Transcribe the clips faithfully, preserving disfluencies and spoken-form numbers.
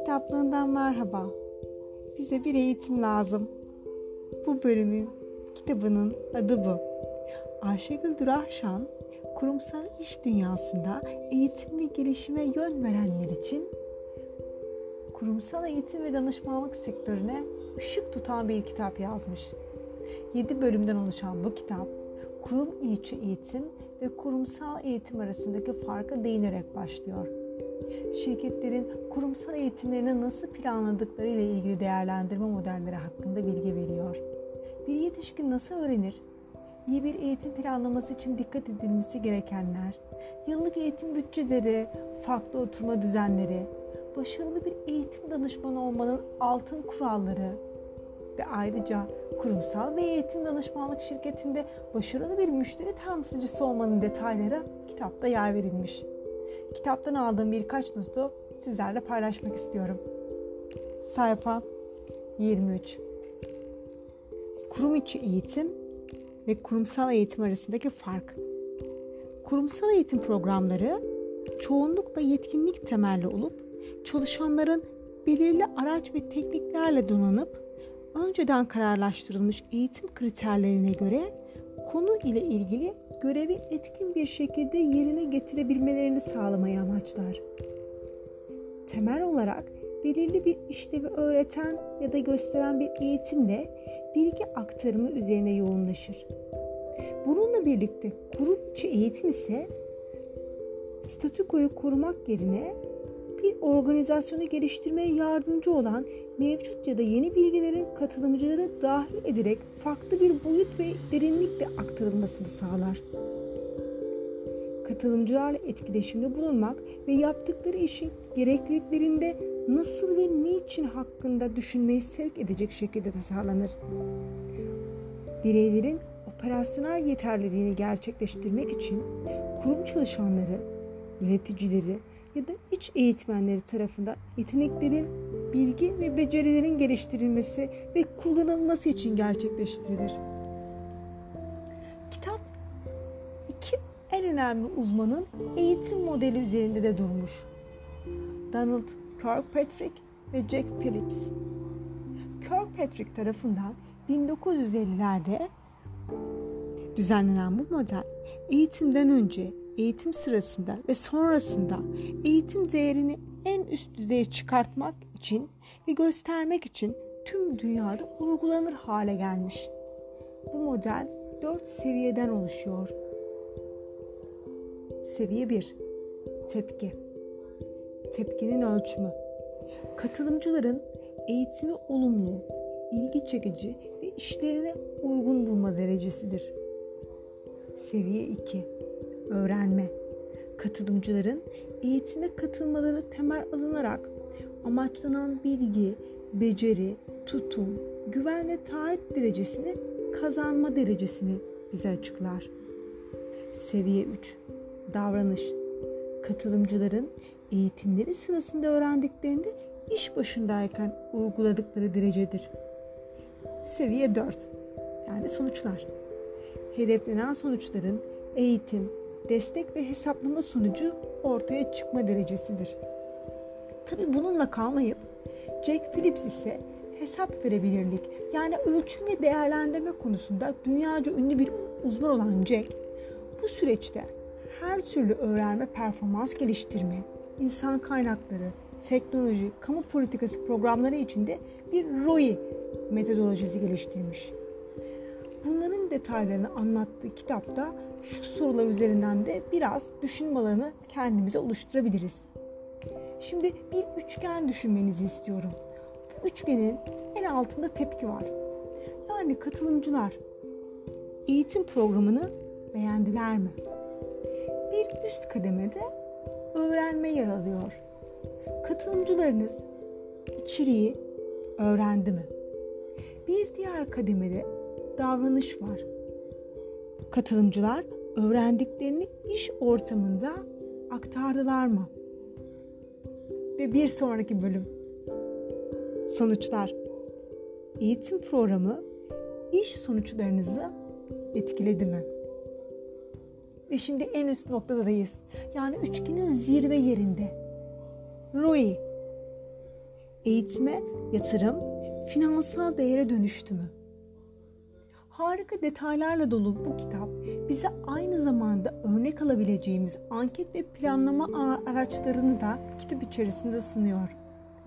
Kitaplığından merhaba. Bize bir eğitim lazım. Bu bölümün kitabının adı bu. Ayşegül Durahşan, kurumsal iş dünyasında eğitim ve gelişime yön verenler için kurumsal eğitim ve danışmanlık sektörüne ışık tutan bir kitap yazmış. yedi bölümden oluşan bu kitap, kurum içi eğitim ve kurumsal eğitim arasındaki farka değinerek başlıyor. Şirketlerin kurumsal eğitimlerini nasıl planladıkları ile ilgili değerlendirme modelleri hakkında bilgi veriyor. Bir yetişkin nasıl öğrenir? İyi bir eğitim planlaması için dikkat edilmesi gerekenler, yıllık eğitim bütçeleri, farklı oturma düzenleri, başarılı bir eğitim danışmanı olmanın altın kuralları ve ayrıca kurumsal ve eğitim danışmanlık şirketinde başarılı bir müşteri temsilcisi olmanın detayları kitapta yer verilmiş. Kitaptan aldığım birkaç notu sizlerle paylaşmak istiyorum. Sayfa yirmi üç. Kurum içi eğitim ve kurumsal eğitim arasındaki fark. Kurumsal eğitim programları çoğunlukla yetkinlik temelli olup çalışanların belirli araç ve tekniklerle donanıp önceden kararlaştırılmış eğitim kriterlerine göre konu ile ilgili görevi etkin bir şekilde yerine getirebilmelerini sağlamayı amaçlar. Temel olarak belirli bir işlevi öğreten ya da gösteren bir eğitimle bilgi aktarımı üzerine yoğunlaşır. Bununla birlikte kurum içi eğitim ise statükoyu korumak yerine bir organizasyonu geliştirmeye yardımcı olan mevcut ya da yeni bilgilerin katılımcıları dahil ederek farklı bir boyut ve derinlikle aktarılmasını sağlar. Katılımcılarla etkileşimde bulunmak ve yaptıkları işin gerekliliklerinde nasıl ve niçin hakkında düşünmeyi sevk edecek şekilde tasarlanır. Bireylerin operasyonel yeterliliğini gerçekleştirmek için kurum çalışanları, yöneticileri ya da iç eğitmenleri tarafından yeteneklerin, bilgi ve becerilerin geliştirilmesi ve kullanılması için gerçekleştirilir. Kitap iki en önemli uzmanın eğitim modeli üzerinde de durmuş. Donald Kirkpatrick ve Jack Phillips. Kirkpatrick tarafından bin dokuz yüz ellilerde düzenlenen bu model, eğitimden önce, eğitim sırasında ve sonrasında eğitim değerini en üst düzeye çıkartmak için ve göstermek için tüm dünyada uygulanır hale gelmiş. Bu model dört seviyeden oluşuyor. Seviye bir. Tepki. Tepkinin ölçümü. Katılımcıların eğitimi olumlu, ilgi çekici ve işlerine uygun bulma derecesidir. Seviye iki. Öğrenme. Katılımcıların eğitime katılmaları temel alınarak amaçlanan bilgi, beceri, tutum, güven ve taahhüt derecesini kazanma derecesini bize açıklar. Seviye üç. Davranış. Katılımcıların eğitimleri sırasında öğrendiklerini iş başındayken uyguladıkları derecedir. Seviye dört. Yani sonuçlar. Hedeflenen sonuçların eğitim, destek ve hesaplama sonucu ortaya çıkma derecesidir. Tabii bununla kalmayıp Jack Phillips ise hesap verebilirlik, yani ölçüm ve değerlendirme konusunda dünyaca ünlü bir uzman olan Jack, bu süreçte her türlü öğrenme, performans geliştirme, insan kaynakları, teknoloji, kamu politikası programları içinde bir R O I metodolojisi geliştirmiş. Bunların detaylarını anlattığı kitapta şu sorular üzerinden de biraz düşünme alanı kendimize oluşturabiliriz. Şimdi bir üçgen düşünmenizi istiyorum. Bu üçgenin en altında tepki var. Yani katılımcılar eğitim programını beğendiler mi? Bir üst kademede öğrenme yer alıyor. Katılımcılarınız içeriği öğrendi mi? Bir diğer kademede davranış var. Katılımcılar öğrendiklerini iş ortamında aktardılar mı? Ve bir sonraki bölüm. Sonuçlar. Eğitim programı iş sonuçlarınızı etkiledi mi? Ve şimdi en üst noktadayız. Yani üçgenin zirve yerinde. R O I. eğitime yatırım finansal değere dönüştü mü? Harika detaylarla dolu bu kitap bize aynı zamanda örnek alabileceğimiz anket ve planlama araçlarını da kitap içerisinde sunuyor.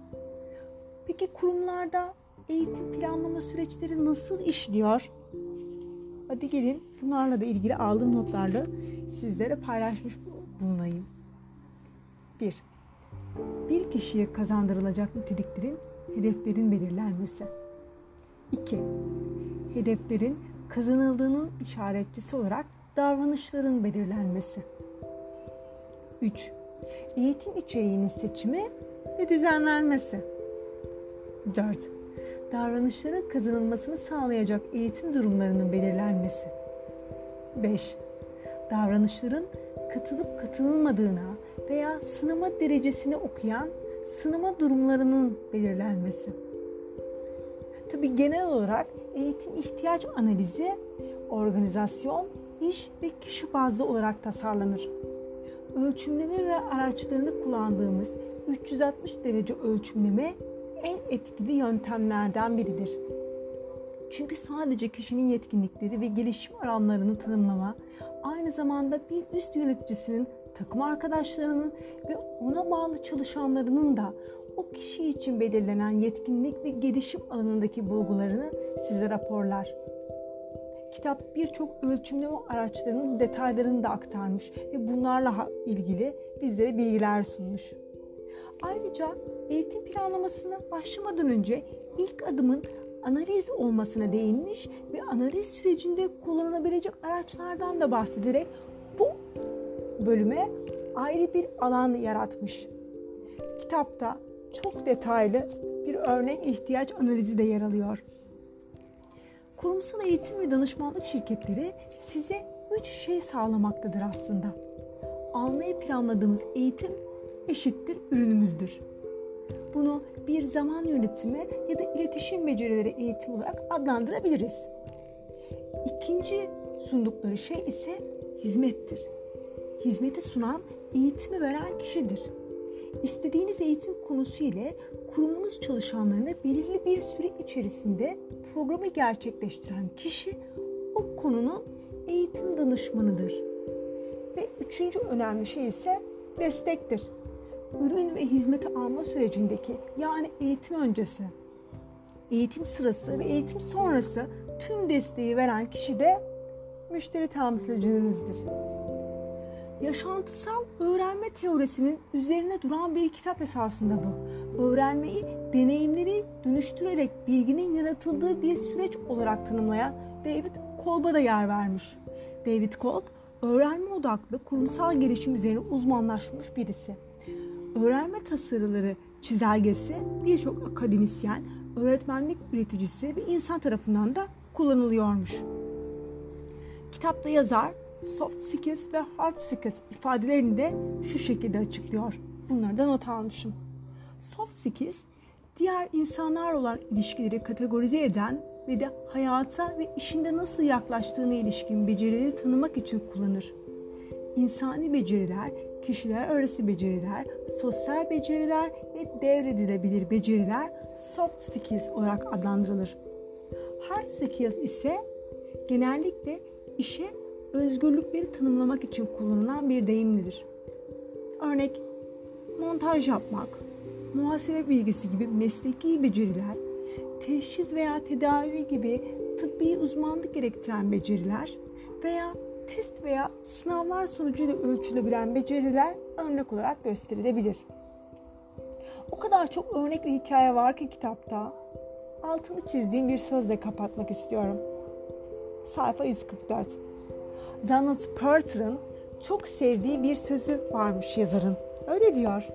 Peki kurumlarda eğitim planlama süreçleri nasıl işliyor? Hadi gelin bunlarla da ilgili aldığım notlarla sizlere paylaşmış bulunayım. bir. Bir kişiye kazandırılacak niteliklerin, hedeflerin belirlenmesi. iki. Hedeflerin kazanıldığının işaretçisi olarak davranışların belirlenmesi. üç. Eğitim içeriğinin seçimi ve düzenlenmesi. dört. Davranışların kazanılmasını sağlayacak eğitim durumlarının belirlenmesi. beş. Davranışların katılıp katılılmadığına veya sınama derecesini okuyan sınama durumlarının belirlenmesi. Tabii genel olarak eğitim ihtiyaç analizi, organizasyon, iş ve kişi bazlı olarak tasarlanır. Ölçümleme ve araçlarını kullandığımız üç yüz altmış derece ölçümleme en etkili yöntemlerden biridir. Çünkü sadece kişinin yetkinlikleri ve gelişim alanlarını tanımlama, aynı zamanda bir üst yöneticisinin, takım arkadaşlarının ve ona bağlı çalışanlarının da o kişi için belirlenen yetkinlik ve gelişim alanındaki bulgularını size raporlar. Kitap birçok ölçümleme araçlarının detaylarını da aktarmış ve bunlarla ilgili bizlere bilgiler sunmuş. Ayrıca eğitim planlamasına başlamadan önce ilk adımın analiz olmasına değinmiş ve analiz sürecinde kullanılabilecek araçlardan da bahsederek bu bölüme ayrı bir alan yaratmış. Kitapta çok detaylı bir örnek ihtiyaç analizi de yer alıyor. Kurumsal eğitim ve danışmanlık şirketleri size üç şey sağlamaktadır aslında. Almayı planladığımız eğitim eşittir ürünümüzdür. Bunu bir zaman yönetimi ya da iletişim becerileri eğitim olarak adlandırabiliriz. İkinci sundukları şey ise hizmettir. Hizmeti sunan, eğitimi veren kişidir. İstediğiniz eğitim konusu ile kurumunuz çalışanlarına belirli bir süre içerisinde programı gerçekleştiren kişi o konunun eğitim danışmanıdır. Ve üçüncü önemli şey ise destektir. Ürün ve hizmeti alma sürecindeki, yani eğitim öncesi, eğitim sırası ve eğitim sonrası tüm desteği veren kişi de müşteri temsilcinizdir. Yaşantısal öğrenme teorisinin üzerine duran bir kitap esasında bu. Öğrenmeyi deneyimleri dönüştürerek bilginin yaratıldığı bir süreç olarak tanımlayan David Kolb'a da yer vermiş. David Kolb, öğrenme odaklı kurumsal gelişim üzerine uzmanlaşmış birisi. Öğrenme tasarıları çizelgesi birçok akademisyen, öğretmenlik üreticisi ve insan tarafından da kullanılıyormuş. Kitapta yazar soft skills ve hard skills ifadelerini de şu şekilde açıklıyor. Bunları da not almışım. Soft skills, diğer insanlarla olan ilişkileri kategorize eden ve de hayata ve işinde nasıl yaklaştığına ilişkin becerileri tanımak için kullanır. İnsani beceriler, kişiler arası beceriler, sosyal beceriler ve devredilebilir beceriler soft skills olarak adlandırılır. Hard skills ise genellikle işe özgürlükleri tanımlamak için kullanılan bir deyimlidir. Örnek, montaj yapmak, muhasebe bilgisi gibi mesleki beceriler, teşhis veya tedavi gibi tıbbi uzmanlık gerektiren beceriler veya test veya sınavlar sonucuyla ölçülebilen beceriler örnek olarak gösterilebilir. O kadar çok örnek ve hikaye var ki kitapta, altını çizdiğim bir sözle kapatmak istiyorum. Sayfa yüz kırk dört. Donald Porter'ın çok sevdiği bir sözü varmış yazarın. Öyle diyor.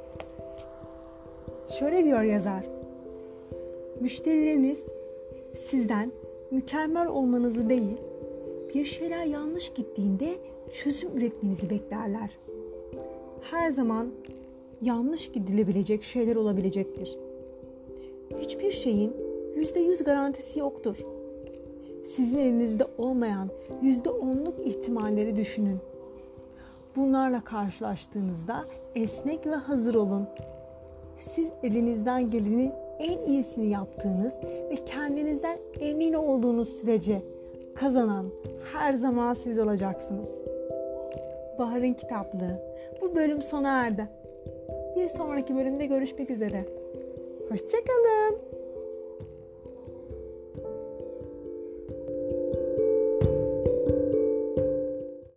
Şöyle diyor yazar. Müşterileriniz sizden mükemmel olmanızı değil, bir şeyler yanlış gittiğinde çözüm üretmenizi beklerler. Her zaman yanlış gidilebilecek şeyler olabilecektir. Hiçbir şeyin yüzde yüz garantisi yoktur. Sizin elinizde olmayan yüzde onluk ihtimalleri düşünün. Bunlarla karşılaştığınızda esnek ve hazır olun. Siz elinizden gelenin en iyisini yaptığınız ve kendinizden emin olduğunuz sürece kazanan her zaman siz olacaksınız. Bahar'ın kitaplığı. Bu bölüm sona erdi. Bir sonraki bölümde görüşmek üzere. Hoşça kalın.